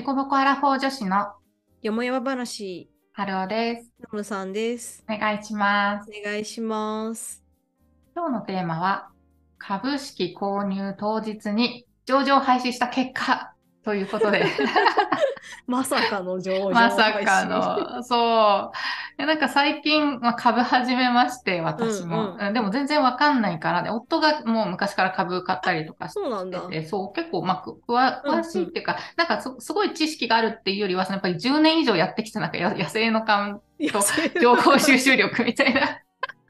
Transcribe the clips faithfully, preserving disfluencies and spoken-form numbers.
コボコアラフォー女子のよもやま話、 春尾です。 ナムさんです。 お願いします。 お願いします。 今日のテーマは、株式購入当日に上場廃止した結果ということで、 まさかの上ま場さか配信。 の、そう。いやなんか最近、まあ、株始めまして、 う私も。 んうん。 うんでも全然わかんないから、で、夫がもう昔から株買ったりとかしそうなんだ。 てて、そう、結構、まあ、く詳詳うんうん。 しいっていうか、なんかす、すごい知識があるっていうよりは、そのやっぱりじゅうねん以上やってきたなんかや野生の勘と野生情報の感じ。 収集力みたいな。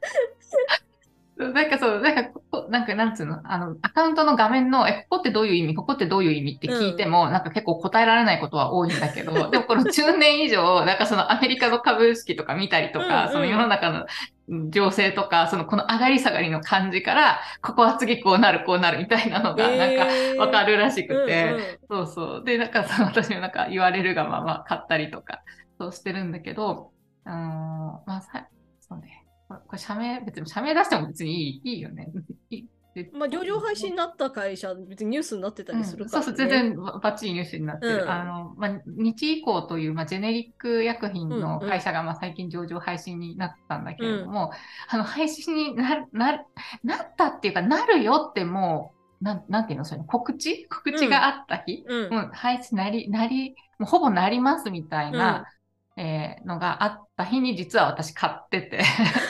なんかそう、なんかここ、なんかなんつうの、あの、アカウントの画面の、え、ここってどういう意味、ここってどういう意味って聞いてうん。 も、なんか結構答えられないことは多いんだけど、でもこのじゅうねん以上、なんかそのアメリカの株式とか見たりうとか、その世んうん。 の中の情勢とか、そのこの上がり下がりの感じから、ここは次こうなる、こうなるみたいなのが、なんかわえー。 かるらしくうんて、 うん。 そうそう。で、なんかその私もなんか言われるがまま買ったりとか、そうしてるんだけど、あのーまあさ、そうね。これ、これ社名、別に社名出しても別にいい、いいよね。いいでまあ、上場配信うになった会社、別にニュースになってたりするん、そうそう、全からね。 然バッチリニュースになってる。あうん。 の、まあ、日医工という、まあ、ジェネリック薬うん品のうん。 会社が、まあ、最近上場廃止になったんだけうん。 れども、あの、廃止になる、なる、なったっていうか、なるよってもう、なん、なんていうの、それ、告知告知がうん。 あった日、 うん。 もう廃止なり、なり、もうほぼなりますみたいうん。 な、えーのがあった日に、実は私買ってて、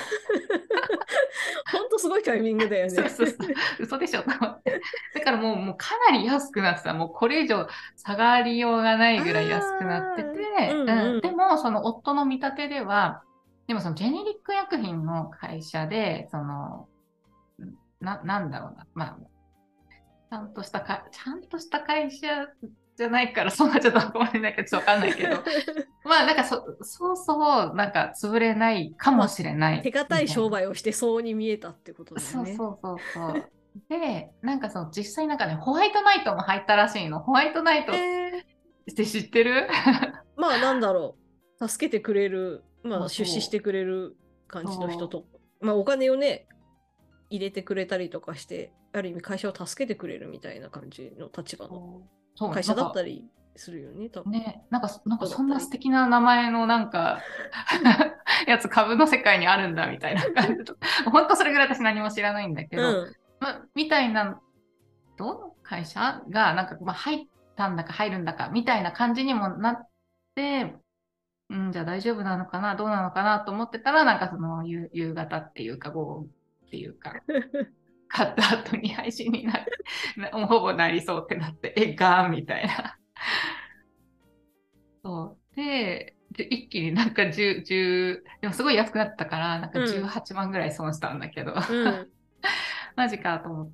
ほんとすごいタイミングだよね。 そうそうそう。嘘でしょと思って。だからもう、もうかなり安くなってた。もうこれ以上下がりようがなあいぐらい安くなってあ、うて、うん。でんうん。 も、その夫の見立てでは、でもそのジェネリック薬品の会社で、その、な、なんだろうな。まあ、ちゃんとしたか、ちゃんとした会社じゃないから、そんなちょっとごめんないけど、ちょっとわかんないけど、まあなんかそ、そうそう、なんか潰れないかもまあ、 しれない、 手堅いみたいな。 商売をしてそうに見えたってことだよそうね。 そうそうそう。で、なんかその実際なんかね、ホワイトナイトも入ったらしいの。ホワイトナイえトっー、 て知ってる？ まあなんだろう。助けてくれる、まそうあ出資しそう。 てくれる感じの人そと、まあお金をね、入れてくれたりとかして、ある意味会社を助けてくれるみたいな感じの立場う。 のそう、 会社なんかだったりするよね、多分。 ね、なんか、なんかそんな素人だったり。 敵な名前のなんかやつ株の世界にあるんだみたいな感じと。本当それぐらい私何も知らないんだけうど、 ん。 ま、みたいな、どの会社がなんか、まあ、入ったんだか入るんだかみたいな感じにもなって、うん、じゃあ大丈夫なのかな、どうなのかなと思ってたら、なんかその夕、夕方っていうか、午後っていうか、買った後に配信になって、なもうほぼなりそうってなって、え、ガーンみたいな。そう。で、で一気になんかじゅう、じゅう、でもすごい安くなったから、なんかうん。 じゅうはちまんぐらい損したんだけど、 うん。 マジかと思って、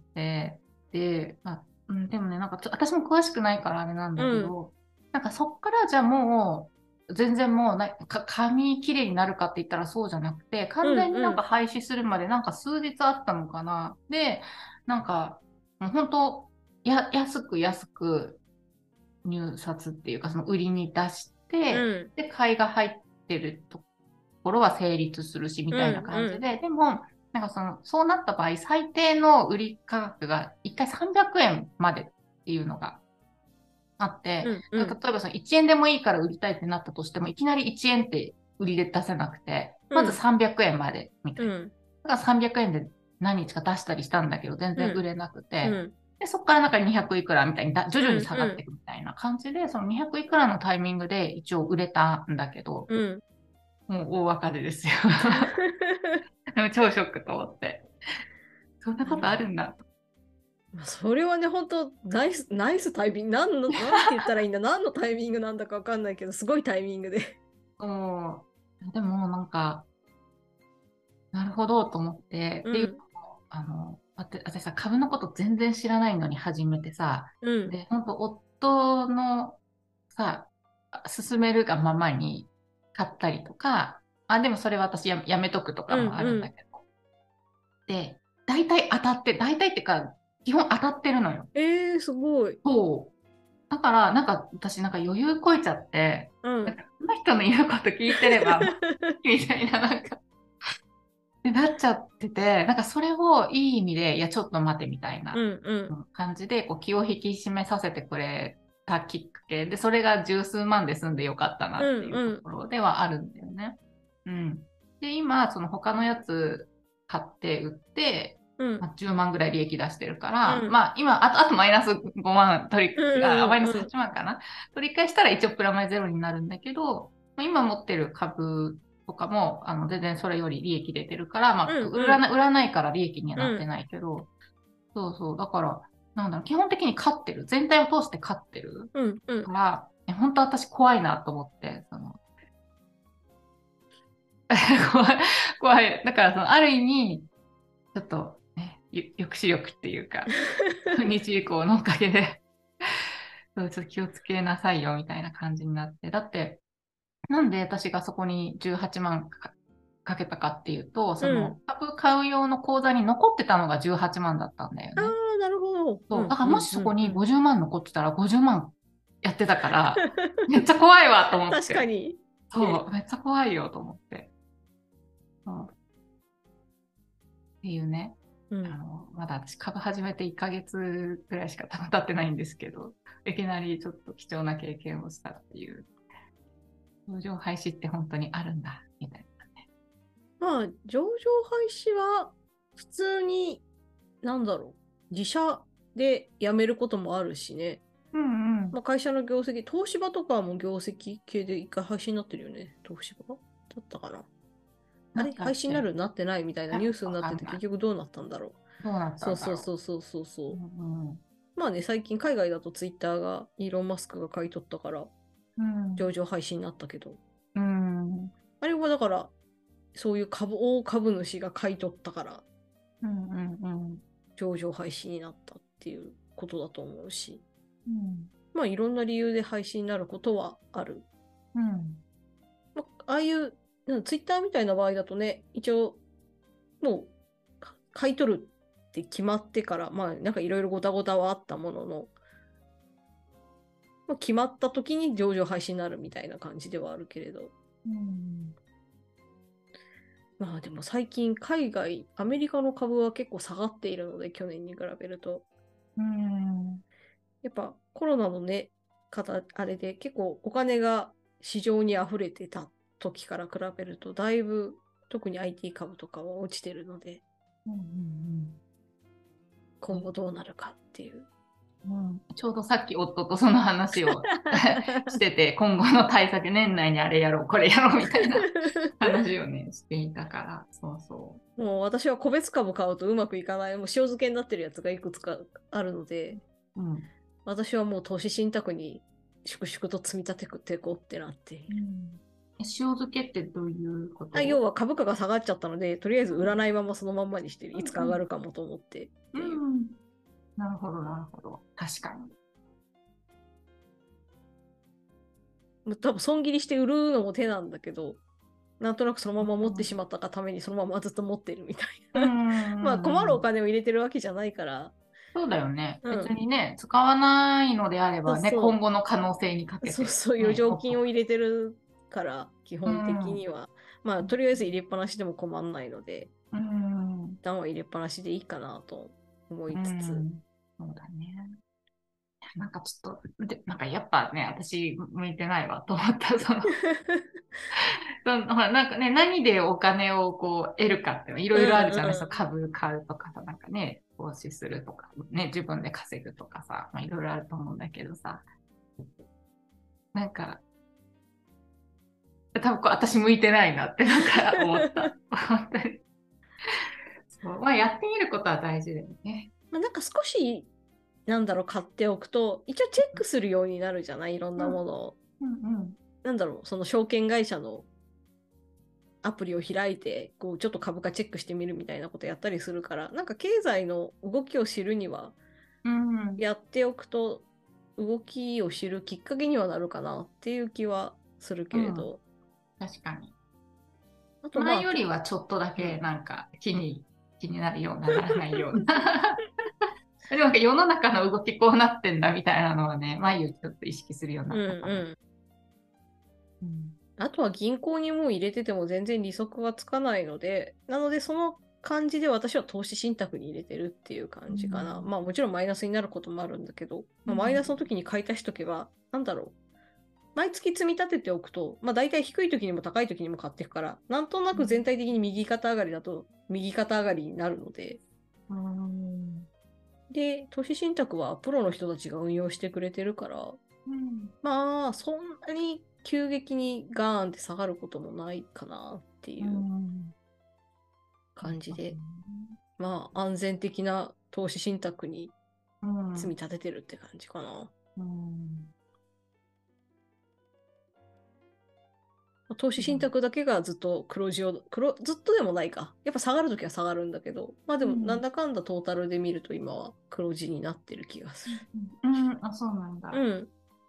で、まあ、うん、でもね、なんかちょ私も詳しくないからあれなんうん。 だけど、なんかそっからじゃあもう、全然もうな、か、紙きれいになるかって言ったらそうじゃなくて、完うん。 全になんかうん。 廃止するまでなんか数日あったのかな。で、なんか、もう本当、や、安く安く入札っていうか、その売りに出しうて、 ん。 で、買いが入ってるところは成立するし、みうたいなん。うん。 感じで、でも、なんかその、そうなった場合、最低の売り価格がいっかいさんびゃくえんまでっていうのがあって、 うん。うん。 例えばそのいちえんでもいいから売りたいってなったとしても、いきなりいちえんって売りで出せなくて、まずうん。 さんびゃくえんまでみたいな。 うん。 だからさんびゃくえんで何日か出したりしたんだけど、全うん。 然売れなくて、 うん。 で、そこからなんかにひゃくいくらみたいにだ徐う 々にん。うん。 下がっていくみたいな感じで、そのにひゃくいくらのタイミングで一応売れたんだけど、 うん。 もう大赤字ですよ。でも超ショックと思って。そんなことあるなるほど。 んだと。 まあそれはね、本当ナイス、ナイスタイミング、なんの、なんて言ったらいいんだ、何のタイミングなんだかわかんないけど、すごいタイミングで。 そう。でもなんか、なるほどと思って、っていうのうん。 も、あの、あて私さ、株のこと全然知らないのに始めてさ、 うん。 で、本当夫のさ、勧めるがままに買ったりとか、あ、でもそれは私や、やめとくとかうん。 もあるんうん。 だけど。で、大体当たって、大体ってか、基本当たってるのよ。 えー、すごい。 そう。だから、なんか私なんか余裕こいちゃって、 うん。 なんかこの人の言うこと聞いてれば、まあみたいな、なんか、ってなっちゃってて、なんかそれをいい意味で、いや、ちょっと待てみたいなうん。うん。 うん感じで、こう気を引き締めさせてくれたきっかけで、それが十数万で済んでよかったなっていうところではあるんだよね。うん、うん。で、今、その他のやつ買って売って、 うんまあ、じゅうまんぐらい利益出してるから、 うんまあ今、あと、あとマイナスごまん取り、 うんあ、マイナスうんはちまんかな。取り返したら一応プラマイゼロになるんだけど、まあ、今持ってる株とかも、あの、全然それより利益出てるから、まあ、売らな、売らないから利益にはなってないけど、そうそう。だから、なんだろう、基本的に勝ってる。全体を通して勝ってるうんうんから、え本当私怖いなと思って、その怖い、怖い。だから、その、ある意味、ちょっと、ね、ゆ抑止力っていうか、日以降のおかげでそうちょっと気をつけなさいよ、みたいな感じになって。だって、なんで私がそこにじゅうはちまんかかけたかっていうと、そうんの、株買う用の口座に残ってたのがじゅうはちまんだったんだよあね。 あなるほどうそう。だんからもしそこにうんうんうんごじゅうまん残ってたらごじゅうまんやってたから、めっちゃ怖いわと思って。 確かにそう、めっちゃ怖いよと思って。そうっていうね。 うんあの、まだ私株始めていっかげつぐらいしか経ってないんですけど、いきなりちょっと貴重な経験をしたっていう、上場廃止って本当にあるんだ、みたいなね。 まあ上場廃止は普通になんだろう自社で辞めることもあるしね、 うんうん。 まあ、会社の業績東芝とかも業績系で一回廃止になってるよね東芝だったかなあれなったっけ。 廃止になるなってないみたいなニュースになっててわかんない。 結局どうなったんだろうどうなったそうんだろそうそうそうそうそう、 う。うんうん。 まあね最近海外だとツイッターがイーロン・マスクが買い取ったからうん上場廃止になったけど、 うん。 あれはだからそういう株大株主が買い取ったからうんうんうん。 上場廃止になったっていうことだと思うし、 うんまあいろんな理由で廃止になることはある。 うんまあ、ああいうツイッターみたいな場合だとね、一応もう買い取るって決まってから、まあなんかいろいろごたごたはあったものの、まあ、決まった時に上場廃止になるみたいな感じではあるけれど、 うんまあでも最近海外、アメリカの株は結構下がっているので、去年に比べると。 うんやっぱコロナのね、方あれで結構お金が市場に溢れてた時から比べると、だいぶ特に アイティー 株とかは落ちてるので、 うんうん今後どうなるかっていう。 うん、ちょうどさっき夫とその話をしてて、今後の対策、年内にあれやろう、これやろうみたいな話をね、していたから、そうそもう私は個別株買うとうまくいかない、もう塩漬けになってるやつがいくつかあるので、 う。うん。 私はもう投資信託に粛々と積み立てていこうってなっている。 うんえ塩漬けってどういうこと？ あ要は株価が下がっちゃったので、とりあえず売らないままそのまんまにしてる。いつか上がるかもと思ってっていう。 うん。なるほど、なるほど。確かに。 もう多分損切りして売るのも手なんだけど、なんとなくそのまま持ってしまったがためにそのままずっと持ってるみたいな。 うん。 まあ困るお金を入れてるわけじゃないから。 そうだよね。 うん別にね、使わないのであればね、 そうそう今後の可能性にかけて、 そうそう、 ね、 余剰金を入れてるから、基本的には。まあ、とりあえず入れっぱなしでも困んないので、 うん。 一旦は入れっぱなしでいいかなと思いつつ。 うんそうだね。なんかちょっと、でなんかやっぱね、私向いてないわと思った。その、そのほら、なんかね、何でお金をこう得るかっていろいろあるじゃないですか。株買うとかさ、なんかね、投資するとか、ね、自分で稼ぐとかさ、まあいろいろあると思うんだけどさ、なんか、多分こう私向いてないなってなんか思った。本当に。そうまあやってみることは大事だよね。 まあ、なんか少し、なんだろう、買っておくと、一応チェックするようになるじゃない、いろんなものを。 うんうん。 なんだろう、その証券会社のアプリを開いて、こう、ちょっと株価チェックしてみるみたいなことやったりするから、なんか経済の動きを知るには、 うんやっておくと、動きを知るきっかけにはなるかなっていう気はするけれど。 うん、確かに。 あとまあ、 前よりはちょっとだけなんか気に、気になるような、ならないような。でもなんか世の中の動きこうなってんだみたいなのはね、前よりちょっと意識するようにうんなったかな。 うん。 うんあとは銀行にもう入れてても全然利息はつかないので、なのでその感じで私は投資信託に入れてるっていう感じかな。 うんまあもちろんマイナスになることもあるんだけど、まあ、 うんマイナスの時に買い足しとけば、なんだろう。毎月積み立てておくと、まあ大体低い時にも高い時にも買っていくから、なんとなく全体的に右肩上がりだと右肩上がりになるので、 うんで、投資信託はプロの人たちが運用してくれてるから、 うんまあそんなに急激にガーンって下がることもないかなっていううん感じで、まあ安全的な投資信託にうん積み立ててるって感じかな。 うん投資信託だけがずっと黒字を、黒、ずっとでもないか。やっぱ下がるときは下がるんだけど、まあでもなんだかんだトータルで見ると今は黒字になってる気がする。 うんうんあ、そうなんだ。 うん。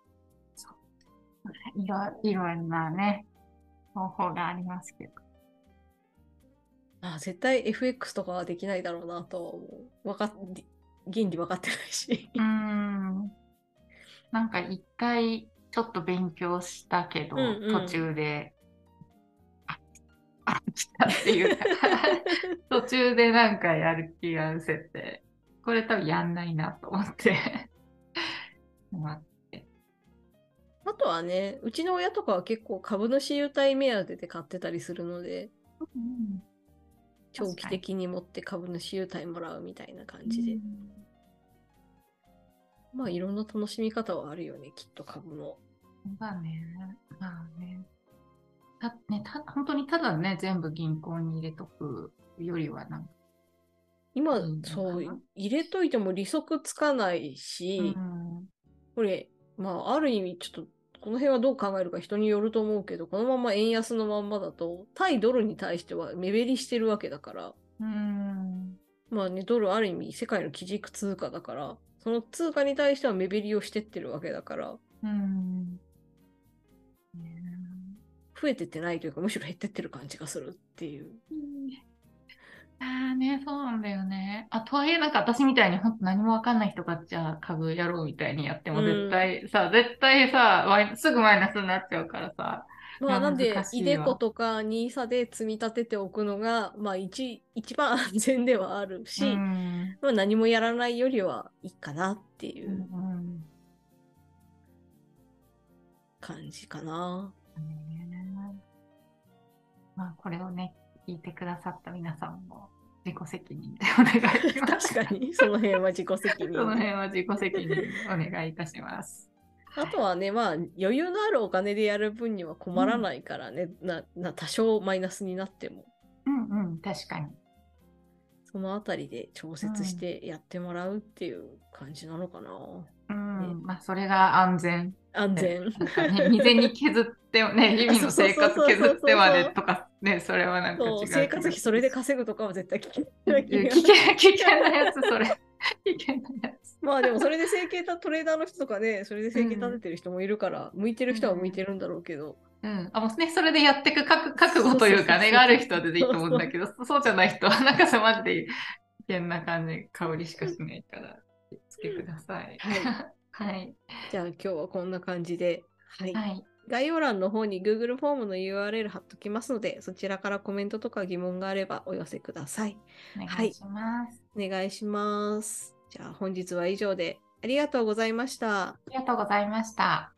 いろいろんなね、方法がありますけど。 あ、絶対 エフエックス とかはできないだろうなとは思う。わかっ、原理分かってないし。 うーん。なんか一回ちょっと勉強したけど、 うんうん途中で、あ、あ、来たっていうか途中でなんかやる気が失せて、これ多分やんないなと思ってまああとはね、うちの親とかは結構株主優待目当てで買ってたりするので、 うん長期的に持って株主優待もらうみたいな感うじで。 んまあいろんな楽しみ方はあるよね、きっと株の。 そうだね。まあね。た、ね、た、本当にただね、全部銀行に入れとくよりはなんか今、 いいのかな。 そう、入れといても利息つかないし、 うんこれ、まあ、ある意味、ちょっと、この辺はどう考えるか人によると思うけど、このまま円安のまんまだと、対ドルに対しては目減りしてるわけだから、 うんまあね、ドルある意味世界の基軸通貨だから、その通貨に対しては目減りをしてってるわけだから、 うんね増えてってないというか、むしろ減ってってる感じがするっていう。 ああね、そうなんだよね。あ、とはいえ、なんか私みたいに本当何もわかんない人がじゃあ株やろうみたいにやっても絶対さ、絶対さ、マイすぐマイナスになっちゃうからさ、 まあ、 まあ難なんで、イデコしいわ。 とかニーサで積み立てておくのが、まあ一、一番安全ではあるうし、 ん。 まあ、何もやらないよりはいいかなっていうんううん感じかな。 ねまあこれをね、聞いてくださった皆さんも自己責任でお願いします。 確かに、その辺は自己責その辺任で。 は自己責任でお願いいたします。 あとはね、まあ、余裕のあるお金でやる分には困らないからね、うん、なな多少マイナスになっても、 うんうん、確かに。 そのあたりで調節してやってもらうっていう感じなのかな。 うん、 ね、 まあそれが安全。 安全。 なんかね、未然に削ってね、日々の生活削ってまでとかね、それはなんか違うそう、生活費それで稼ぐとかは絶対危険な気が危険、危険なやつ、それ。危険なやつ。 まあでもそれで生計立トレーダーの人とかね、それで生計立ててる人もいるから、向いてる人は向いてるんだろうけど。 うん。あ、もうね、それでやっていく覚覚悟というかね、がある人は全然いいと思うんだけど、そうじゃない人は、なんかそマジで危険な感じ、香りしかしないから、気をつけください。 はい。 はい。 じゃあ今日はこんな感じで、はい。 はい。 概要欄の方に Google フォームの ユーアールエル 貼っときますので、そちらからコメントとか疑問があればお寄せください。 お願いします。 はい、お願いします。じゃあ本日は以上でありがとうございました。 ありがとうございました。